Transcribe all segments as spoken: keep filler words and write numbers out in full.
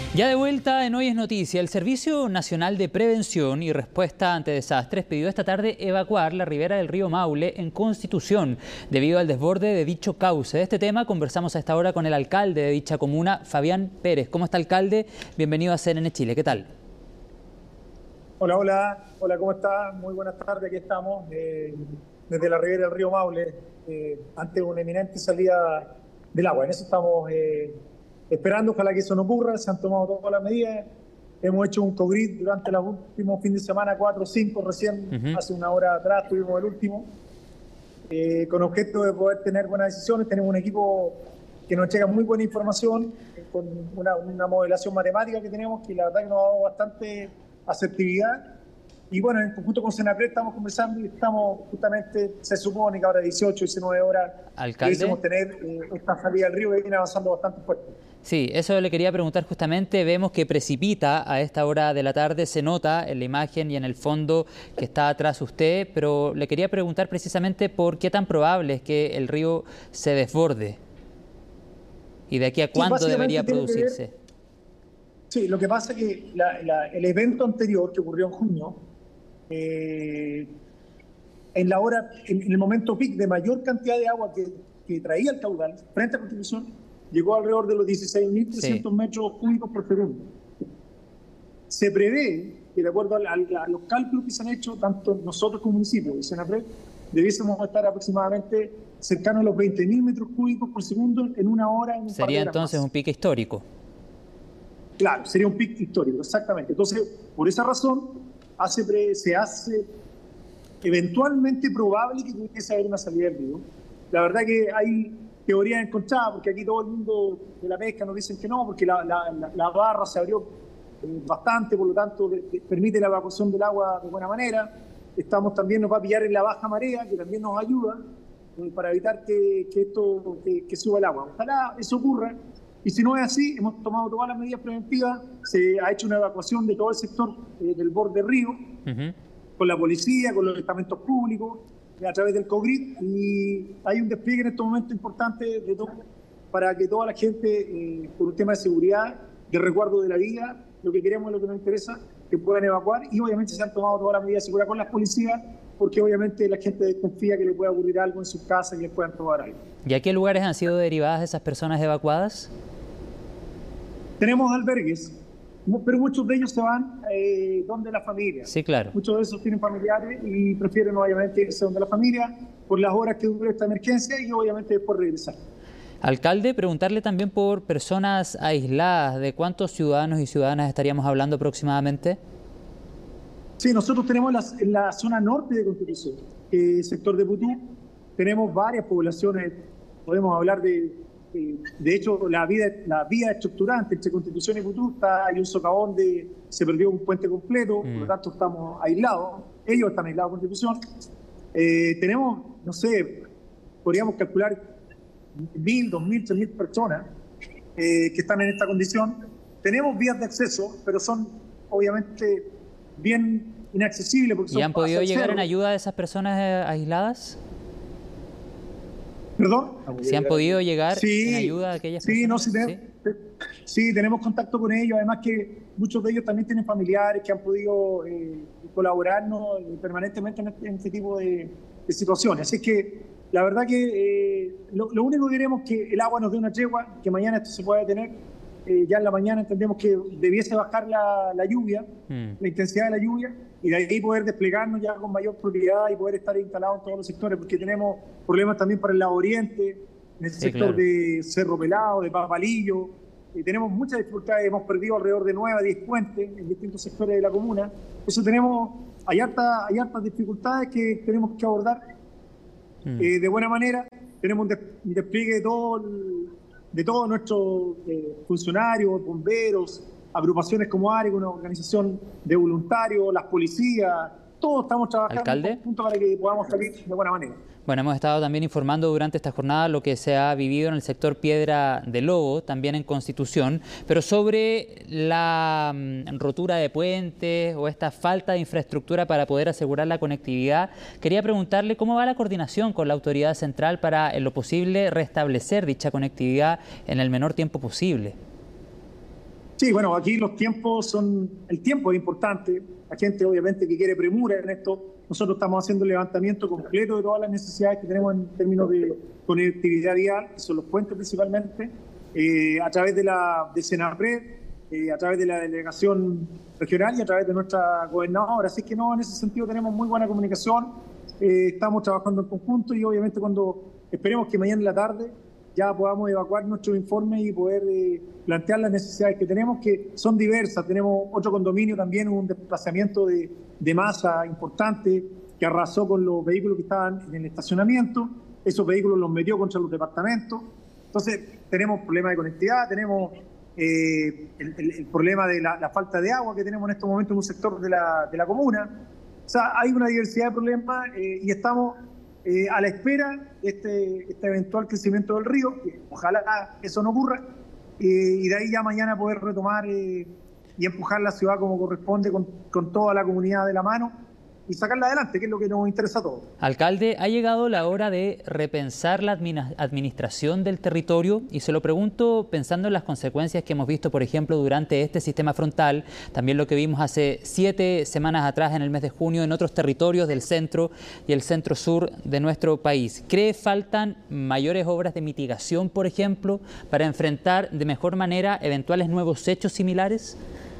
Ya de vuelta en Hoy es Noticia, el Servicio Nacional de Prevención y Respuesta ante Desastres pidió esta tarde evacuar la ribera del río Maule en Constitución debido al desborde de dicho cauce. De este tema conversamos a esta hora con el alcalde de dicha comuna, Fabián Pérez. ¿Cómo está, alcalde? Bienvenido a C N N Chile. ¿Qué tal? Hola, hola. Hola, ¿cómo está? Muy buenas tardes. Aquí estamos eh, desde la ribera del río Maule eh, ante una inminente salida del agua. En eso estamos... Eh, Esperando, ojalá que eso no ocurra. Se han tomado todas las medidas. Hemos hecho un cogrid durante los últimos fines de semana, cuatro o cinco, recién uh-huh. hace una hora atrás tuvimos el último, eh, con objeto de poder tener buenas decisiones. Tenemos un equipo que nos llega muy buena información, eh, con una, una modelación matemática que tenemos, que la verdad que nos ha dado bastante asertividad. Y bueno, en conjunto con Senapred estamos conversando y estamos justamente, se supone que ahora dieciocho, diecinueve horas, queremos tener eh, esta salida del río que viene avanzando bastante fuerte. Sí, eso le quería preguntar justamente. Vemos que precipita a esta hora de la tarde, se nota en la imagen y en el fondo que está atrás usted, pero le quería preguntar precisamente por qué tan probable es que el río se desborde y de aquí a cuándo sí, debería producirse. Ver, sí, lo que pasa es que la, la, el evento anterior que ocurrió en junio, eh, en la hora, en, en el momento pic de mayor cantidad de agua que, que traía el caudal frente a Constitución, llegó alrededor de los dieciséis mil trescientos sí. metros cúbicos por segundo. Se prevé que, de acuerdo a, a, a los cálculos que se han hecho, tanto nosotros como municipio y Senapred, debiésemos estar aproximadamente cercanos a los veinte mil metros cúbicos por segundo en una hora. En un Sería entonces más. un pico histórico. Claro, sería un pico histórico, exactamente. Entonces, por esa razón, hace pre, se hace eventualmente probable que pudiese haber una salida del río. La verdad que hay teorías encontradas, porque aquí todo el mundo de la pesca nos dicen que no, porque la, la, la, la barra se abrió eh, bastante, por lo tanto de, de, permite la evacuación del agua de buena manera. Estamos también, nos va a pillar en la baja marea, que también nos ayuda eh, para evitar que, que esto que, que suba el agua. Ojalá eso ocurra, y si no es así, hemos tomado todas las medidas preventivas, se ha hecho una evacuación de todo el sector eh, del borde del río, uh-huh. con la policía, con los estamentos públicos, a través del cogrid, y hay un despliegue en este momento importante de todo, para que toda la gente, eh, por un tema de seguridad, de resguardo de la vida, lo que queremos, lo que nos interesa, que puedan evacuar, y obviamente se han tomado todas las medidas de seguridad con las policías, porque obviamente la gente desconfía que le pueda ocurrir algo en sus casas y les puedan robar algo. ¿Y a qué lugares han sido derivadas esas personas evacuadas? Tenemos albergues, pero muchos de ellos se van eh, donde la familia. Sí, claro. Muchos de esos tienen familiares y prefieren obviamente irse donde la familia por las horas que dure esta emergencia y obviamente después regresar. Alcalde, preguntarle también por personas aisladas. ¿De cuántos ciudadanos y ciudadanas estaríamos hablando aproximadamente? Sí, nosotros tenemos la, en la zona norte de Constitución, eh, sector de Putú, tenemos varias poblaciones, podemos hablar de... De hecho, la, vida, la vía estructurante entre Constitución y Putú, está, hay un socavón de se perdió un puente completo, mm. por lo tanto estamos aislados, ellos están aislados de Constitución. Eh, tenemos, no sé, podríamos calcular mil, dos mil, tres mil personas eh, que están en esta condición. Tenemos vías de acceso, pero son obviamente bien inaccesibles. Porque ¿Y son han podido llegar cero. en ayuda de esas personas eh, aisladas? ¿Perdón? ¿Se han podido llegar sí, en ayuda a aquellas sí, personas? No, sí, tenemos, ¿Sí? sí, tenemos contacto con ellos, además que muchos de ellos también tienen familiares que han podido eh, colaborarnos permanentemente en este, en este tipo de, de situaciones. Así que la verdad que eh, lo, lo único que queremos es que el agua nos dé una tregua, que mañana esto se pueda detener. Eh, ya en la mañana entendemos que debiese bajar la, la lluvia, mm. la intensidad de la lluvia, y de ahí poder desplegarnos ya con mayor propiedad y poder estar instalados en todos los sectores, porque tenemos problemas también para el lado oriente, en el sí, sector claro. de Cerro Pelado, de Papalillo, y tenemos muchas dificultades, hemos perdido alrededor de nueve a diez puentes en distintos sectores de la comuna. Eso tenemos, hay hartas hay hartas dificultades que tenemos que abordar mm. eh, de buena manera. Tenemos un, des, un despliegue de todo el, de todos nuestros eh, funcionarios, bomberos, agrupaciones como AREC, una organización de voluntarios, las policías, todos estamos trabajando ¿Alcalde? en conjunto para que podamos salir de buena manera. Bueno, hemos estado también informando durante esta jornada lo que se ha vivido en el sector Piedra de Lobo, también en Constitución, pero sobre la um, rotura de puentes o esta falta de infraestructura para poder asegurar la conectividad, quería preguntarle cómo va la coordinación con la autoridad central para, en lo posible, restablecer dicha conectividad en el menor tiempo posible. Sí, bueno, aquí los tiempos son, el tiempo es importante, la gente obviamente que quiere premura en esto, nosotros estamos haciendo el levantamiento completo de todas las necesidades que tenemos en términos de conectividad vial, que son los puentes principalmente, eh, a través de la de Senapred, eh, a través de la delegación regional y a través de nuestra gobernadora, así que no, en ese sentido tenemos muy buena comunicación, eh, estamos trabajando en conjunto y obviamente cuando esperemos que mañana en la tarde ya podamos evacuar nuestros informes y poder eh, plantear las necesidades que tenemos, que son diversas. Tenemos otro condominio también, un desplazamiento de, de masa importante que arrasó con los vehículos que estaban en el estacionamiento. Esos vehículos los metió contra los departamentos. Entonces, tenemos problemas de conectividad, tenemos eh, el, el, el problema de la, la falta de agua que tenemos en estos momentos en un sector de la, de la comuna. O sea, hay una diversidad de problemas eh, y estamos Eh, a la espera de este, este eventual crecimiento del río, que ojalá eso no ocurra, eh, y de ahí ya mañana poder retomar eh, y empujar la ciudad como corresponde con, con toda la comunidad de la mano y sacarla adelante, que es lo que nos interesa a todos. Alcalde, ha llegado la hora de repensar la administración del territorio y se lo pregunto pensando en las consecuencias que hemos visto, por ejemplo, durante este sistema frontal, también lo que vimos hace siete semanas atrás en el mes de junio en otros territorios del centro y el centro sur de nuestro país. ¿Cree faltan mayores obras de mitigación, por ejemplo, para enfrentar de mejor manera eventuales nuevos hechos similares?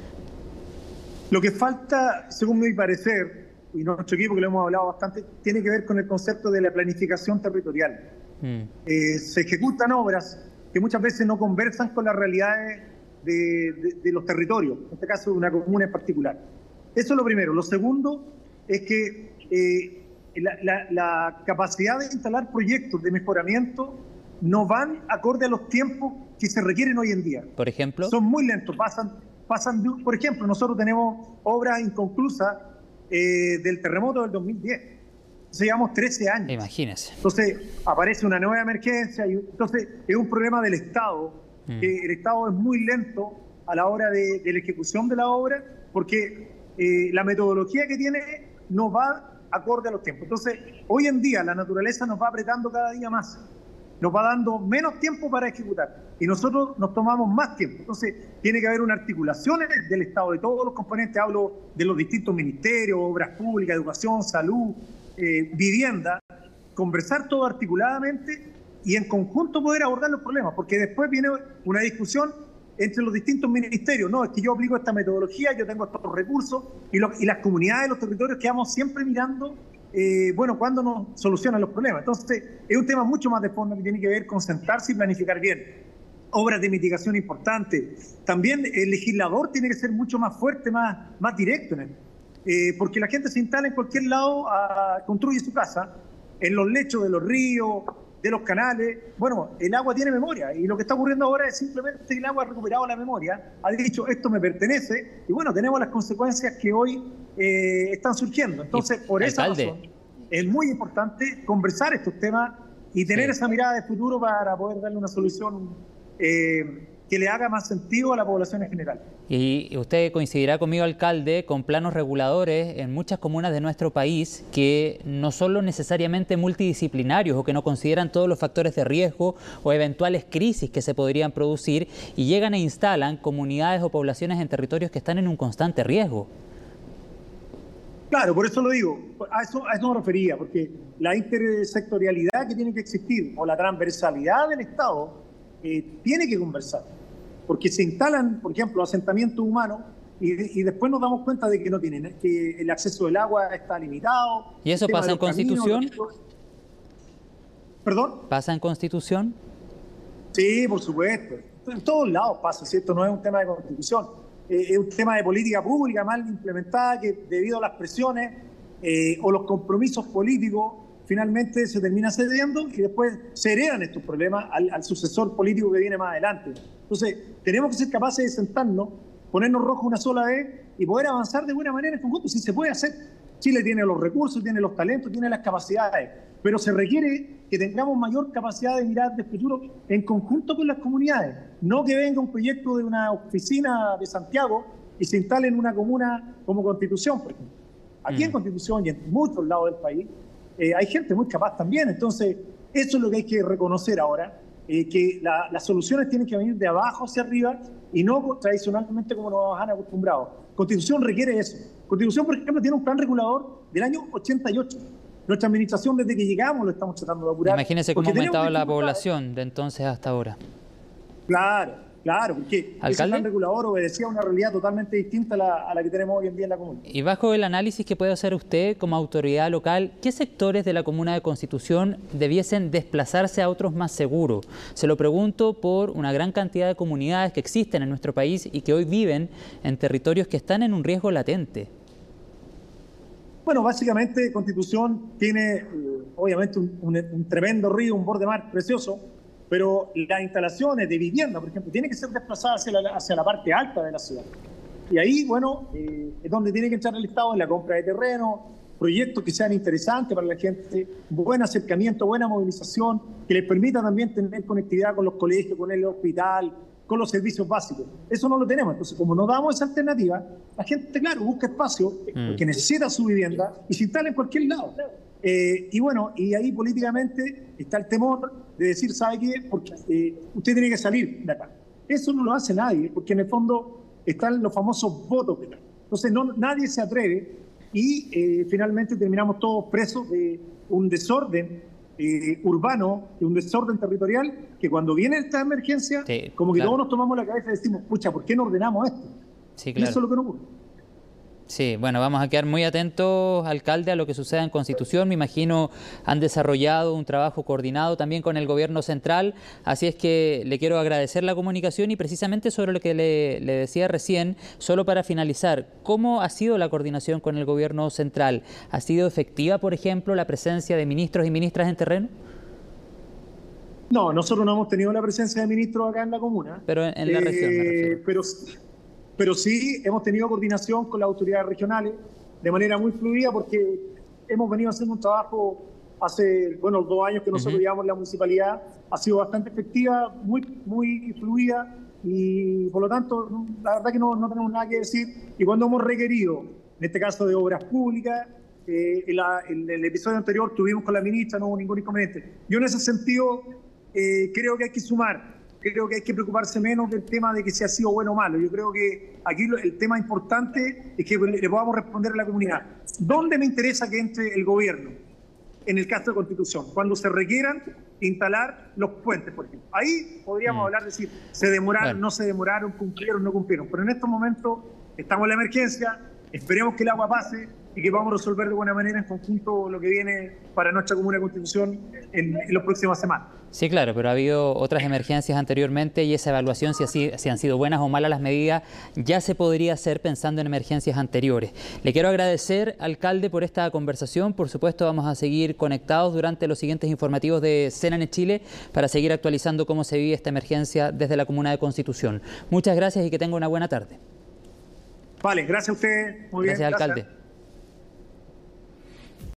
Lo que falta, según mi parecer, y nuestro equipo, que lo hemos hablado bastante, tiene que ver con el concepto de la planificación territorial. Mm. Eh, se ejecutan obras que muchas veces no conversan con las realidades de, de, de los territorios, en este caso de una comuna en particular. Eso es lo primero. Lo segundo es que eh, la, la, la capacidad de instalar proyectos de mejoramiento no van acorde a los tiempos que se requieren hoy en día. Por ejemplo. Son muy lentos. Pasan, pasan de, por ejemplo, nosotros tenemos obras inconclusas Eh, del terremoto del dos mil diez. Entonces llevamos trece años. Imagínese. Entonces aparece una nueva emergencia y entonces es un problema del Estado. Mm. Que el Estado es muy lento a la hora de, de la ejecución de la obra porque eh, la metodología que tiene no va acorde a los tiempos. Entonces hoy en día la naturaleza nos va apretando cada día más. Nos va dando menos tiempo para ejecutar y nosotros nos tomamos más tiempo. Entonces, tiene que haber una articulación del Estado, de todos los componentes, hablo de los distintos ministerios, obras públicas, educación, salud, eh, vivienda, conversar todo articuladamente y en conjunto poder abordar los problemas, porque después viene una discusión entre los distintos ministerios. No, es que yo aplico esta metodología, yo tengo estos recursos y, lo, y las comunidades de los territorios quedamos siempre mirando Eh, bueno, ¿cuándo nos solucionan los problemas? Entonces, es un tema mucho más de fondo que tiene que ver con sentarse y planificar bien. Obras de mitigación importantes. También el legislador tiene que ser mucho más fuerte, más, más directo en él. Eh, porque la gente se instala en cualquier lado, a, construye su casa, en los lechos de los ríos, de los canales. Bueno, el agua tiene memoria y lo que está ocurriendo ahora es simplemente que el agua ha recuperado la memoria, ha dicho esto me pertenece y bueno, tenemos las consecuencias que hoy eh, están surgiendo. Entonces, por esa razón, es muy importante conversar estos temas y tener sí. esa mirada de futuro para poder darle una solución eh, que le haga más sentido a la población en general. Y usted coincidirá conmigo, alcalde, con planos reguladores en muchas comunas de nuestro país que no son lo necesariamente multidisciplinarios o que no consideran todos los factores de riesgo o eventuales crisis que se podrían producir y llegan e instalan comunidades o poblaciones en territorios que están en un constante riesgo. Claro, por eso lo digo, a eso, a eso me refería, porque la intersectorialidad que tiene que existir o la transversalidad del Estado eh, tiene que conversar. Porque se instalan, por ejemplo, asentamientos humanos y, y después nos damos cuenta de que no tienen, que el acceso del agua está limitado. ¿Y eso pasa en Constitución? Caminos, ¿Perdón? ¿Pasa en Constitución? Sí, por supuesto. En todos lados pasa, ¿cierto? No es un tema de Constitución. Eh, es un tema de política pública mal implementada que debido a las presiones eh, o los compromisos políticos finalmente se termina cediendo y después se heredan estos problemas al, al sucesor político que viene más adelante. Entonces, tenemos que ser capaces de sentarnos, ponernos rojos una sola vez y poder avanzar de buena manera en conjunto. Sí se puede hacer. Chile tiene los recursos, tiene los talentos, tiene las capacidades, pero se requiere que tengamos mayor capacidad de mirar de futuro en conjunto con las comunidades. No que venga un proyecto de una oficina de Santiago y se instale en una comuna como Constitución, por ejemplo. Aquí mm. en Constitución y en muchos lados del país, Eh, hay gente muy capaz también, entonces eso es lo que hay que reconocer ahora eh, que la, las soluciones tienen que venir de abajo hacia arriba y no tradicionalmente como nos han acostumbrado. Constitución requiere eso. Constitución, por ejemplo, tiene un plan regulador del año ochenta y ocho. Nuestra administración, desde que llegamos, lo estamos tratando de apurar. Imagínese cómo ha aumentado la población de entonces hasta ahora. Claro. Claro, porque ¿Alcalde? ese plan regulador obedecía a una realidad totalmente distinta a la, a la que tenemos hoy en día en la comuna. Y bajo el análisis que puede hacer usted como autoridad local, ¿qué sectores de la comuna de Constitución debiesen desplazarse a otros más seguros? Se lo pregunto por una gran cantidad de comunidades que existen en nuestro país y que hoy viven en territorios que están en un riesgo latente. Bueno, básicamente Constitución tiene eh, obviamente un, un, un tremendo río, un borde mar precioso, pero las instalaciones de vivienda, por ejemplo, tienen que ser desplazadas hacia la, hacia la parte alta de la ciudad. Y ahí, bueno, eh, es donde tiene que entrar el Estado en la compra de terreno, proyectos que sean interesantes para la gente, buen acercamiento, buena movilización, que les permita también tener conectividad con los colegios, con el hospital, con los servicios básicos. Eso no lo tenemos. Entonces, como no damos esa alternativa, la gente, claro, busca espacio, mm. porque necesita su vivienda y se instala en cualquier lado. Eh, y bueno, y ahí políticamente está el temor de decir, ¿sabe qué? Porque eh, usted tiene que salir de acá. Eso no lo hace nadie, porque en el fondo están los famosos votos. Entonces no, nadie se atreve y eh, finalmente terminamos todos presos de un desorden eh, urbano, de un desorden territorial, que cuando viene esta emergencia, sí, como que claro. todos nos tomamos la cabeza y decimos, pucha, ¿por qué no ordenamos esto? Sí, claro. Y eso es lo que no ocurre. Sí, bueno, vamos a quedar muy atentos, alcalde, a lo que suceda en Constitución. Me imagino han desarrollado un trabajo coordinado también con el gobierno central, así es que le quiero agradecer la comunicación y precisamente sobre lo que le, le decía recién, solo para finalizar, ¿cómo ha sido la coordinación con el gobierno central? ¿Ha sido efectiva, por ejemplo, la presencia de ministros y ministras en terreno? No, nosotros no hemos tenido la presencia de ministros acá en la comuna. Pero en, en la eh, región, me refiero. Pero, pero sí hemos tenido coordinación con las autoridades regionales de manera muy fluida porque hemos venido haciendo un trabajo hace, bueno, dos años que nosotros uh-huh. llevamos la municipalidad. Ha sido bastante efectiva, muy, muy fluida y por lo tanto, la verdad que no, no tenemos nada que decir. Y cuando hemos requerido, en este caso de obras públicas, eh, en, la, en el episodio anterior tuvimos con la ministra, no hubo ningún inconveniente. Yo en ese sentido eh, creo que hay que sumar. Creo que hay que preocuparse menos del tema de que si ha sido bueno o malo. Yo creo que aquí el tema importante es que le podamos responder a la comunidad. ¿Dónde me interesa que entre el gobierno? En el caso de Constitución, cuando se requieran instalar los puentes, por ejemplo. Ahí podríamos mm. hablar de decir, se demoraron, bueno. no se demoraron, cumplieron, no cumplieron. Pero en estos momentos estamos en la emergencia, esperemos que el agua pase y que podamos resolver de buena manera en conjunto lo que viene para nuestra comuna de Constitución en, en las próximas semanas. Sí, claro, pero ha habido otras emergencias anteriormente y esa evaluación, si, así, si han sido buenas o malas las medidas, ya se podría hacer pensando en emergencias anteriores. Le quiero agradecer, alcalde, por esta conversación. Por supuesto, vamos a seguir conectados durante los siguientes informativos de C N N Chile para seguir actualizando cómo se vive esta emergencia desde la comuna de Constitución. Muchas gracias y que tenga una buena tarde. Vale, gracias a usted. Muy gracias, bien. Alcalde. Gracias.